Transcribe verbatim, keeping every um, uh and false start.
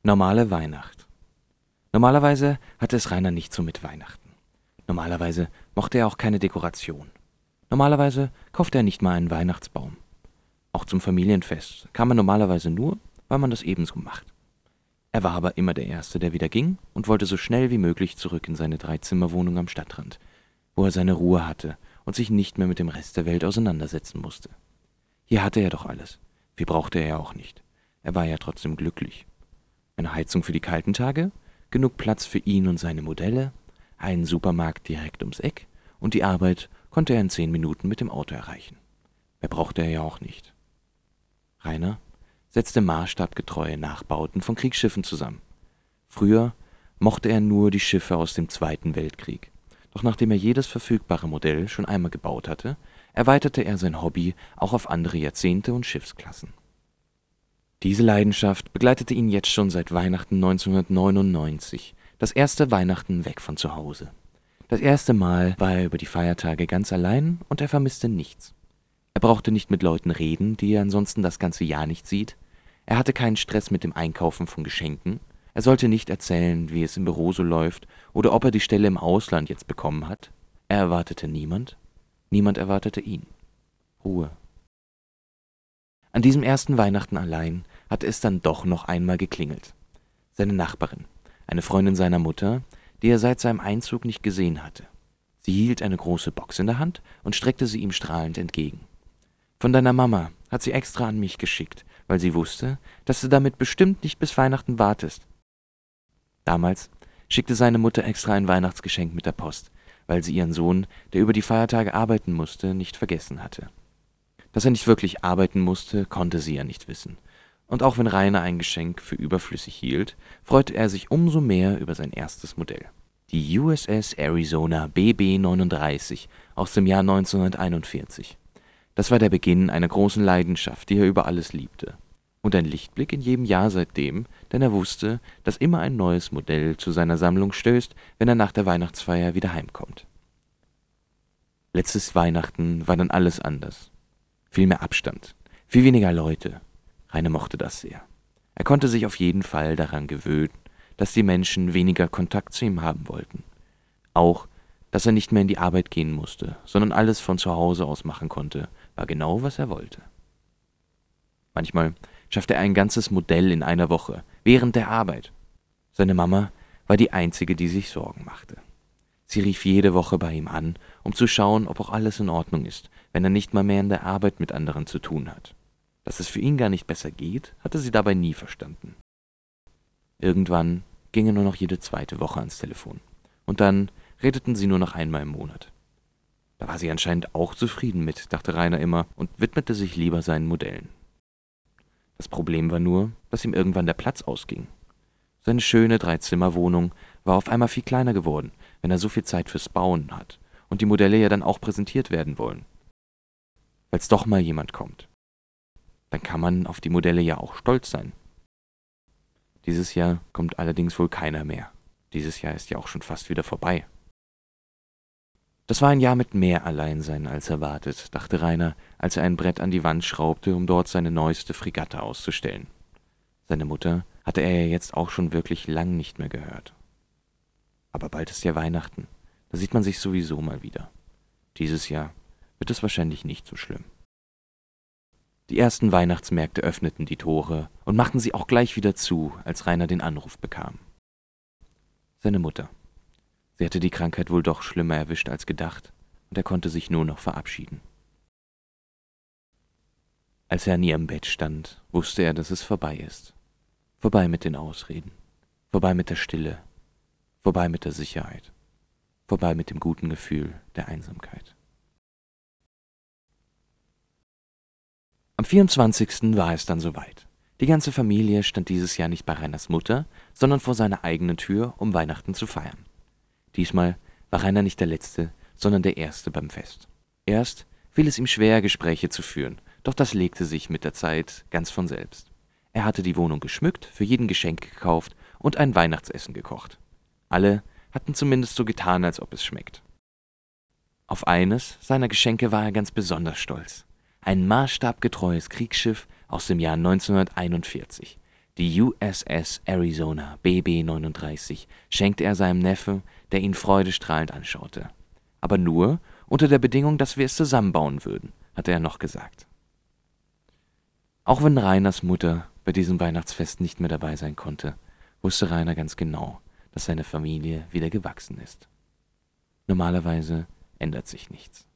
Normale Weihnacht. Normalerweise hatte es Rainer nicht so mit Weihnachten. Normalerweise mochte er auch keine Dekoration. Normalerweise kaufte er nicht mal einen Weihnachtsbaum. Auch zum Familienfest kam er normalerweise nur, weil man das ebenso macht. Er war aber immer der Erste, der wieder ging und wollte so schnell wie möglich zurück in seine Dreizimmerwohnung am Stadtrand, wo er seine Ruhe hatte und sich nicht mehr mit dem Rest der Welt auseinandersetzen musste. Hier hatte er doch alles. Viel brauchte er ja auch nicht. Er war ja trotzdem glücklich. Eine Heizung für die kalten Tage, genug Platz für ihn und seine Modelle, einen Supermarkt direkt ums Eck und die Arbeit konnte er in zehn Minuten mit dem Auto erreichen. Mehr brauchte er ja auch nicht. Rainer setzte maßstabgetreue Nachbauten von Kriegsschiffen zusammen. Früher mochte er nur die Schiffe aus dem Zweiten Weltkrieg. Doch nachdem er jedes verfügbare Modell schon einmal gebaut hatte, erweiterte er sein Hobby auch auf andere Jahrzehnte und Schiffsklassen. Diese Leidenschaft begleitete ihn jetzt schon seit Weihnachten neunzehnhundertneunundneunzig, das erste Weihnachten weg von zu Hause. Das erste Mal war er über die Feiertage ganz allein und er vermisste nichts. Er brauchte nicht mit Leuten reden, die er ansonsten das ganze Jahr nicht sieht. Er hatte keinen Stress mit dem Einkaufen von Geschenken. Er sollte nicht erzählen, wie es im Büro so läuft oder ob er die Stelle im Ausland jetzt bekommen hat. Er erwartete niemand. Niemand erwartete ihn. Ruhe. An diesem ersten Weihnachten allein hatte es dann doch noch einmal geklingelt. Seine Nachbarin, eine Freundin seiner Mutter, die er seit seinem Einzug nicht gesehen hatte. Sie hielt eine große Box in der Hand und streckte sie ihm strahlend entgegen. »Von deiner Mama hat sie extra an mich geschickt, weil sie wusste, dass du damit bestimmt nicht bis Weihnachten wartest.« Damals schickte seine Mutter extra ein Weihnachtsgeschenk mit der Post, weil sie ihren Sohn, der über die Feiertage arbeiten musste, nicht vergessen hatte. Dass er nicht wirklich arbeiten musste, konnte sie ja nicht wissen. Und auch wenn Rainer ein Geschenk für überflüssig hielt, freute er sich umso mehr über sein erstes Modell. Die U S S Arizona B B neununddreißig aus dem Jahr neunzehnhunderteinundvierzig. Das war der Beginn einer großen Leidenschaft, die er über alles liebte. Und ein Lichtblick in jedem Jahr seitdem, denn er wusste, dass immer ein neues Modell zu seiner Sammlung stößt, wenn er nach der Weihnachtsfeier wieder heimkommt. Letztes Weihnachten war dann alles anders. Viel mehr Abstand, viel weniger Leute. Rainer mochte das sehr. Er konnte sich auf jeden Fall daran gewöhnen, dass die Menschen weniger Kontakt zu ihm haben wollten. Auch, dass er nicht mehr in die Arbeit gehen musste, sondern alles von zu Hause aus machen konnte, war genau, was er wollte. Manchmal schaffte er ein ganzes Modell in einer Woche, während der Arbeit. Seine Mama war die Einzige, die sich Sorgen machte. Sie rief jede Woche bei ihm an, um zu schauen, ob auch alles in Ordnung ist, wenn er nicht mal mehr in der Arbeit mit anderen zu tun hat. Dass es für ihn gar nicht besser geht, hatte sie dabei nie verstanden. Irgendwann ging er nur noch jede zweite Woche ans Telefon. Und dann redeten sie nur noch einmal im Monat. Da war sie anscheinend auch zufrieden mit, dachte Rainer immer, und widmete sich lieber seinen Modellen. Das Problem war nur, dass ihm irgendwann der Platz ausging. Seine schöne Dreizimmerwohnung war auf einmal viel kleiner geworden, wenn er so viel Zeit fürs Bauen hat und die Modelle ja dann auch präsentiert werden wollen. Falls doch mal jemand kommt, dann kann man auf die Modelle ja auch stolz sein. Dieses Jahr kommt allerdings wohl keiner mehr. Dieses Jahr ist ja auch schon fast wieder vorbei. Das war ein Jahr mit mehr Alleinsein als erwartet, dachte Rainer, als er ein Brett an die Wand schraubte, um dort seine neueste Fregatte auszustellen. Seine Mutter hatte er ja jetzt auch schon wirklich lang nicht mehr gehört. Aber bald ist ja Weihnachten, da sieht man sich sowieso mal wieder. Dieses Jahr wird es wahrscheinlich nicht so schlimm. Die ersten Weihnachtsmärkte öffneten die Tore und machten sie auch gleich wieder zu, als Rainer den Anruf bekam. Seine Mutter. Sie hatte die Krankheit wohl doch schlimmer erwischt als gedacht, und er konnte sich nur noch verabschieden. Als er an ihrem Bett stand, wusste er, dass es vorbei ist. Vorbei mit den Ausreden, vorbei mit der Stille, vorbei mit der Sicherheit, vorbei mit dem guten Gefühl der Einsamkeit. Am vierundzwanzigsten war es dann soweit. Die ganze Familie stand dieses Jahr nicht bei Rainers Mutter, sondern vor seiner eigenen Tür, um Weihnachten zu feiern. Diesmal war Rainer nicht der Letzte, sondern der Erste beim Fest. Erst fiel es ihm schwer, Gespräche zu führen, doch das legte sich mit der Zeit ganz von selbst. Er hatte die Wohnung geschmückt, für jeden Geschenk gekauft und ein Weihnachtsessen gekocht. Alle hatten zumindest so getan, als ob es schmeckt. Auf eines seiner Geschenke war er ganz besonders stolz. Ein maßstabgetreues Kriegsschiff aus dem Jahr neunzehnhunderteinundvierzig. Die U S S Arizona B B neununddreißig schenkte er seinem Neffen, der ihn freudestrahlend anschaute. Aber nur unter der Bedingung, dass wir es zusammenbauen würden, hatte er noch gesagt. Auch wenn Rainers Mutter bei diesem Weihnachtsfest nicht mehr dabei sein konnte, wusste Rainer ganz genau, dass seine Familie wieder gewachsen ist. Normalerweise ändert sich nichts.